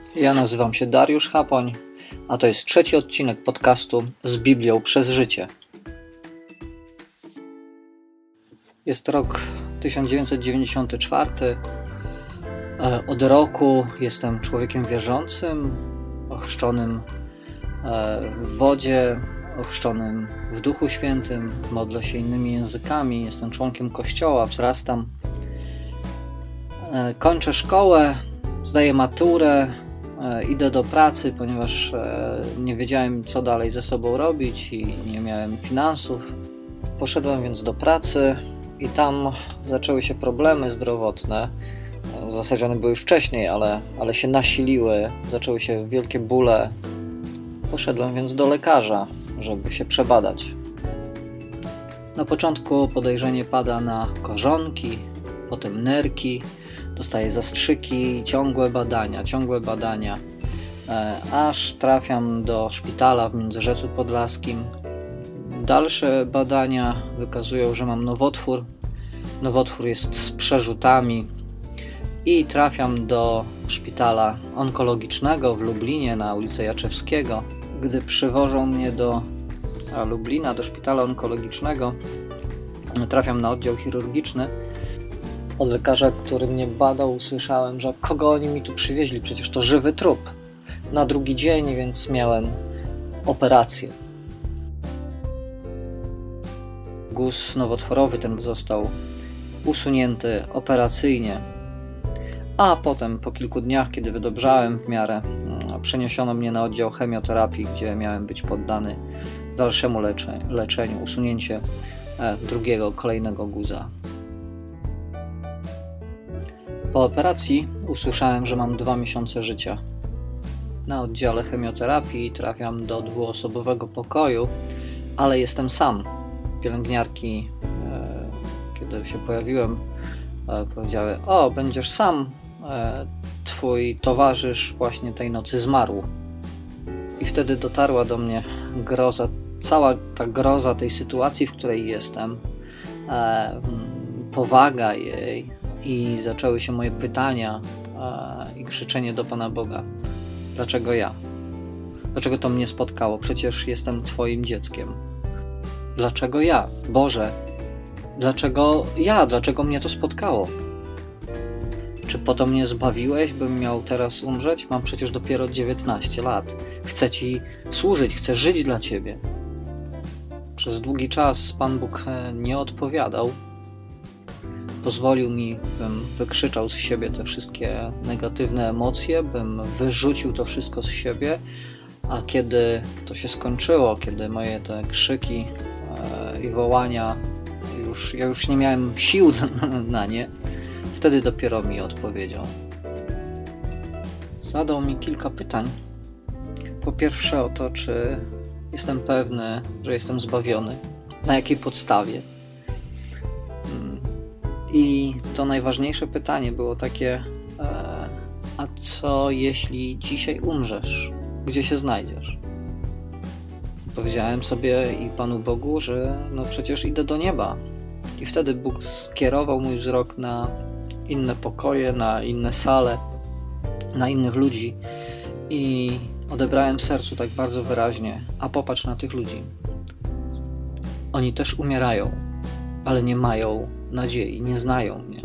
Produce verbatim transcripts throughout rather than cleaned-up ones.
Ja nazywam się Dariusz Chapoń, a to jest trzeci odcinek podcastu Z Biblią przez życie. Jest rok tysiąc dziewięćset dziewięćdziesiąty czwarty. Od roku jestem człowiekiem wierzącym, ochrzczonym w wodzie, ochrzczonym w Duchu Świętym, modlę się innymi językami, jestem członkiem Kościoła, wzrastam. Kończę szkołę, zdaję maturę, idę do pracy, ponieważ nie wiedziałem, co dalej ze sobą robić i nie miałem finansów. Poszedłem więc do pracy i tam zaczęły się problemy zdrowotne. W zasadzie one były już wcześniej, ale, ale się nasiliły, zaczęły się wielkie bóle. Poszedłem więc do lekarza, żeby się przebadać. Na początku podejrzenie pada na korzonki, potem nerki, dostaję zastrzyki, ciągłe badania, ciągłe badania, aż trafiam do szpitala w Międzyrzecu Podlaskim. Dalsze badania wykazują, że mam nowotwór. Nowotwór jest z przerzutami i trafiam do szpitala onkologicznego w Lublinie na ulicę Jaczewskiego. Gdy przywożą mnie do Lublina, do szpitala onkologicznego, trafiam na oddział chirurgiczny. Od lekarza, który mnie badał, usłyszałem, że kogo oni mi tu przywieźli, przecież to żywy trup. Na drugi dzień, więc miałem operację. Guz nowotworowy ten został usunięty operacyjnie, a potem po kilku dniach, kiedy wydobrzałem w miarę, przeniesiono mnie na oddział chemioterapii, gdzie miałem być poddany dalszemu lecze, leczeniu, usunięcie drugiego, kolejnego guza. Po operacji usłyszałem, że mam dwa miesiące życia. Na oddziale chemioterapii trafiam do dwuosobowego pokoju, ale jestem sam. Pielęgniarki, e, kiedy się pojawiłem, e, powiedziały: o, będziesz sam, e, twój towarzysz właśnie tej nocy zmarł. I wtedy dotarła do mnie groza, cała ta groza tej sytuacji, w której jestem, e, powaga jej. I zaczęły się moje pytania e, i krzyczenie do Pana Boga. Dlaczego ja? Dlaczego to mnie spotkało? Przecież jestem Twoim dzieckiem. Dlaczego ja? Boże, dlaczego ja? Dlaczego mnie to spotkało? Czy po to mnie zbawiłeś, bym miał teraz umrzeć? Mam przecież dopiero dziewiętnaście lat. Chcę Ci służyć, chcę żyć dla Ciebie. Przez długi czas Pan Bóg nie odpowiadał. Pozwolił mi, bym wykrzyczał z siebie te wszystkie negatywne emocje, bym wyrzucił to wszystko z siebie, a kiedy to się skończyło, kiedy moje te krzyki e, i wołania, już, ja już nie miałem sił na, na nie, wtedy dopiero mi odpowiedział. Zadał mi kilka pytań. Po pierwsze o to, czy jestem pewny, że jestem zbawiony, na jakiej podstawie. I to najważniejsze pytanie było takie: e, a co jeśli dzisiaj umrzesz? Gdzie się znajdziesz? Powiedziałem sobie i Panu Bogu, że no przecież idę do nieba. I wtedy Bóg skierował mój wzrok na inne pokoje, na inne sale, na innych ludzi i odebrałem w sercu tak bardzo wyraźnie: a popatrz na tych ludzi. Oni też umierają, ale nie mają nadziei, nie znają mnie.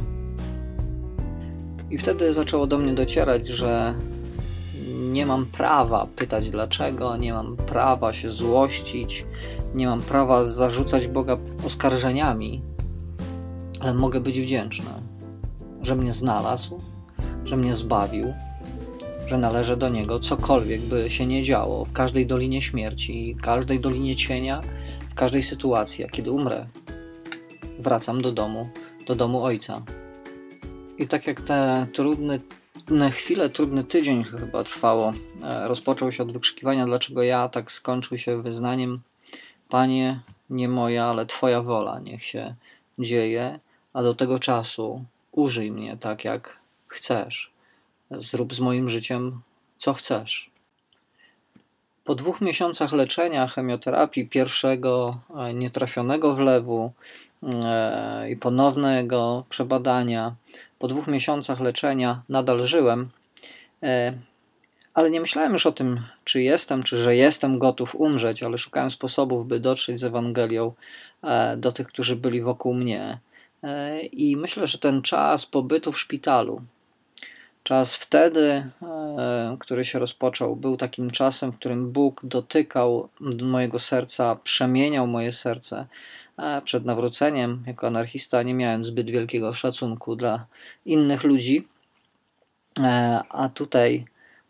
I wtedy zaczęło do mnie docierać, że nie mam prawa pytać dlaczego, nie mam prawa się złościć, nie mam prawa zarzucać Boga oskarżeniami, ale mogę być wdzięczny, że mnie znalazł, że mnie zbawił, że należę do Niego, cokolwiek by się nie działo, w każdej dolinie śmierci, w każdej dolinie cienia, w każdej sytuacji, a kiedy umrę, wracam do domu, do domu Ojca. I tak jak te trudne chwile, trudny tydzień chyba trwało, rozpoczął się od wykrzykiwania dlaczego ja, tak skończył się wyznaniem: Panie, nie moja, ale Twoja wola niech się dzieje, a do tego czasu użyj mnie tak jak chcesz. Zrób z moim życiem co chcesz. Po dwóch miesiącach leczenia, chemioterapii, pierwszego nietrafionego wlewu e, i ponownego przebadania, po dwóch miesiącach leczenia nadal żyłem, e, Ale nie myślałem już o tym, czy jestem, czy że jestem gotów umrzeć, ale szukałem sposobów, by dotrzeć z Ewangelią do tych, którzy byli wokół mnie. I myślę, że ten czas pobytu w szpitalu, czas wtedy, który się rozpoczął, był takim czasem, w którym Bóg dotykał mojego serca, przemieniał moje serce. Przed nawróceniem, jako anarchista, nie miałem zbyt wielkiego szacunku dla innych ludzi, a tutaj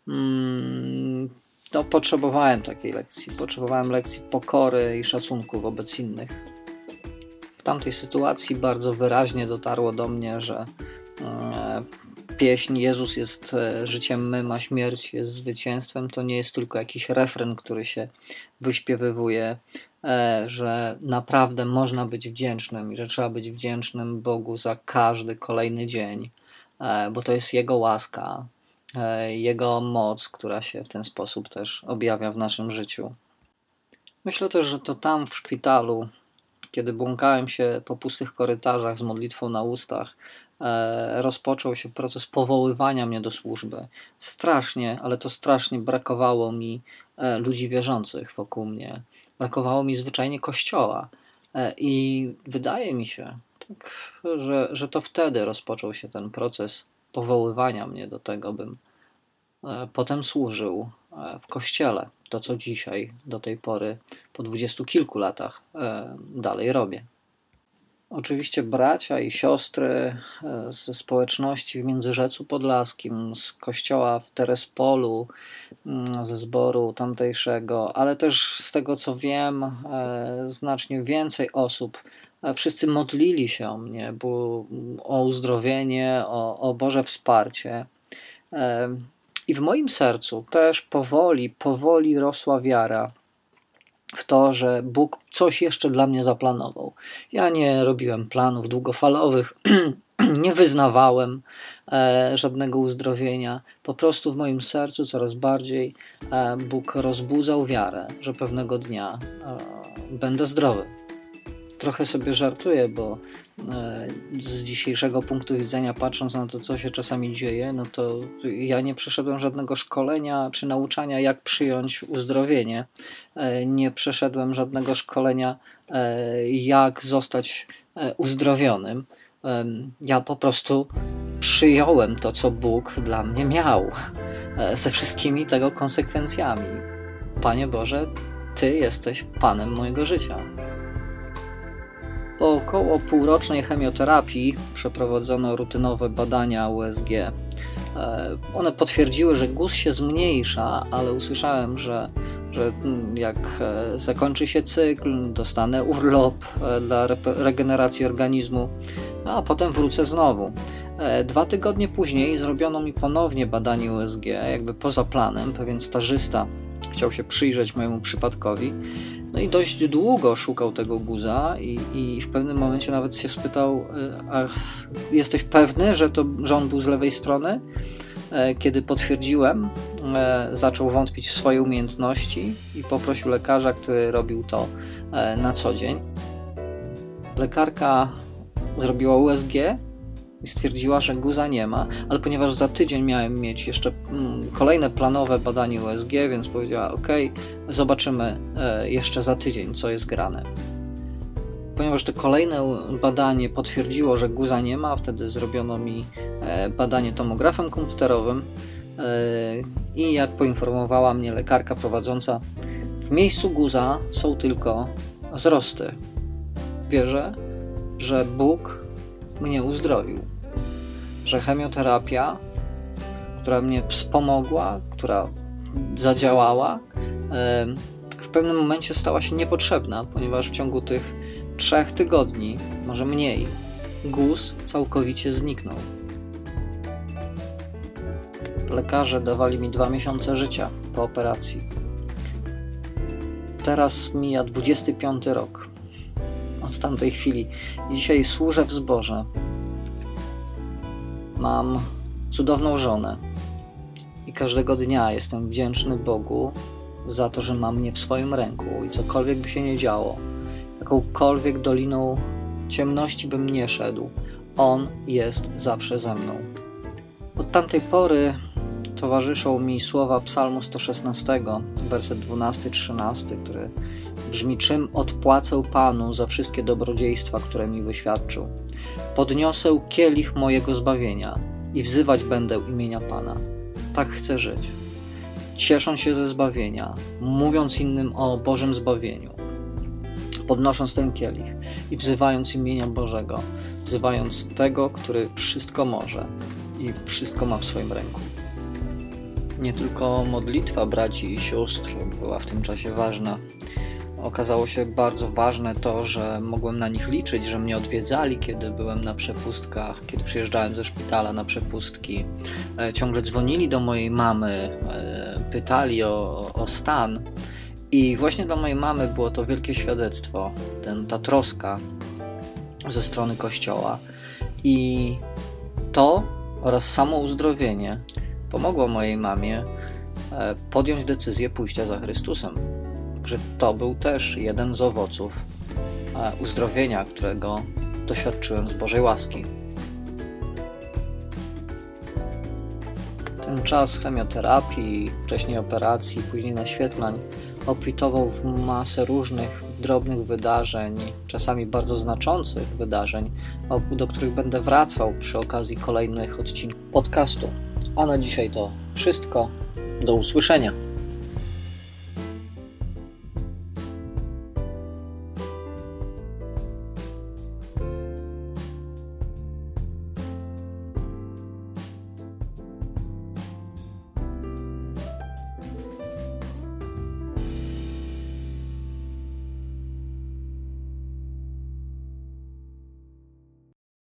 no, potrzebowałem takiej lekcji. Potrzebowałem lekcji pokory i szacunku wobec innych. W tamtej sytuacji bardzo wyraźnie dotarło do mnie, że pieśń Jezus jest życiem mym, a śmierć jest zwycięstwem, to nie jest tylko jakiś refren, który się wyśpiewywuje, że naprawdę można być wdzięcznym i że trzeba być wdzięcznym Bogu za każdy kolejny dzień, bo to jest Jego łaska, Jego moc, która się w ten sposób też objawia w naszym życiu. Myślę też, że to tam w szpitalu, kiedy błąkałem się po pustych korytarzach z modlitwą na ustach, rozpoczął się proces powoływania mnie do służby. Strasznie, ale to strasznie brakowało mi ludzi wierzących wokół mnie. Brakowało mi zwyczajnie kościoła. I wydaje mi się, tak, że, że to wtedy rozpoczął się ten proces powoływania mnie do tego, bym potem służył w kościele. To, co dzisiaj, do tej pory, po dwudziestu kilku latach dalej robię. Oczywiście bracia i siostry ze społeczności w Międzyrzecu Podlaskim, z kościoła w Terespolu, ze zboru tamtejszego, ale też z tego, co wiem, znacznie więcej osób. Wszyscy modlili się o mnie, bo o uzdrowienie, o, o Boże wsparcie. I w moim sercu też powoli, powoli rosła wiara w to, że Bóg coś jeszcze dla mnie zaplanował. Ja nie robiłem planów długofalowych, nie wyznawałem e, żadnego uzdrowienia. Po prostu w moim sercu coraz bardziej e, Bóg rozbudzał wiarę, że pewnego dnia e, będę zdrowy. Trochę sobie żartuję, bo e, z dzisiejszego punktu widzenia, patrząc na to, co się czasami dzieje, no to ja nie przeszedłem żadnego szkolenia czy nauczania, jak przyjąć uzdrowienie. E, nie przeszedłem żadnego szkolenia, e, jak zostać e, uzdrowionym. E, ja po prostu przyjąłem to, co Bóg dla mnie miał, e, ze wszystkimi tego konsekwencjami. Panie Boże, Ty jesteś Panem mojego życia. Po około półrocznej chemioterapii przeprowadzono rutynowe badania U S G. One potwierdziły, że guz się zmniejsza, ale usłyszałem, że, że jak zakończy się cykl, dostanę urlop dla regeneracji organizmu, a potem wrócę znowu. Dwa tygodnie później zrobiono mi ponownie badanie U S G, jakby poza planem. Pewien stażysta chciał się przyjrzeć mojemu przypadkowi. No i dość długo szukał tego guza i, i w pewnym momencie nawet się spytał, a jesteś pewny, że, to, że on był z lewej strony? Kiedy potwierdziłem, zaczął wątpić w swoje umiejętności i poprosił lekarza, który robił to na co dzień. Lekarka zrobiła U S G i stwierdziła, że guza nie ma, ale ponieważ za tydzień miałem mieć jeszcze kolejne planowe badanie U S G, więc powiedziała, ok, zobaczymy jeszcze za tydzień, co jest grane. Ponieważ to kolejne badanie potwierdziło, że guza nie ma, wtedy zrobiono mi badanie tomografem komputerowym i jak poinformowała mnie lekarka prowadząca, w miejscu guza są tylko wzrosty. Wierzę, że Bóg mnie uzdrowił, że chemioterapia, która mnie wspomogła, która zadziałała, w pewnym momencie stała się niepotrzebna, ponieważ w ciągu tych trzech tygodni, może mniej, guz całkowicie zniknął. Lekarze dawali mi dwa miesiące życia po operacji. Teraz mija dwudziesty piąty rok od tamtej chwili i dzisiaj służę w zborze. Mam cudowną żonę i każdego dnia jestem wdzięczny Bogu za to, że ma mnie w swoim ręku i cokolwiek by się nie działo, jakąkolwiek doliną ciemności bym nie szedł, On jest zawsze ze mną. Od tamtej pory to towarzyszą mi słowa Psalmu sto szesnastego, werset dwunasty trzynasty, który brzmi: czym odpłacę Panu za wszystkie dobrodziejstwa, które mi wyświadczył? Podniosę kielich mojego zbawienia i wzywać będę imienia Pana. Tak chcę żyć, ciesząc się ze zbawienia, mówiąc innym o Bożym zbawieniu, podnosząc ten kielich i wzywając imienia Bożego, wzywając tego, który wszystko może i wszystko ma w swoim ręku. Nie tylko modlitwa braci i sióstr była w tym czasie ważna. Okazało się bardzo ważne to, że mogłem na nich liczyć, że mnie odwiedzali, kiedy byłem na przepustkach, kiedy przyjeżdżałem ze szpitala na przepustki. Ciągle dzwonili do mojej mamy, pytali o, o stan. I właśnie dla mojej mamy było to wielkie świadectwo, ten, ta troska ze strony Kościoła. I to oraz samo uzdrowienie pomogło mojej mamie podjąć decyzję pójścia za Chrystusem. Że to był też jeden z owoców uzdrowienia, którego doświadczyłem z Bożej łaski. Ten czas chemioterapii, wcześniej operacji, później naświetlań obfitował w masę różnych drobnych wydarzeń, czasami bardzo znaczących wydarzeń, do których będę wracał przy okazji kolejnych odcinków podcastu. A na dzisiaj to wszystko. Do usłyszenia.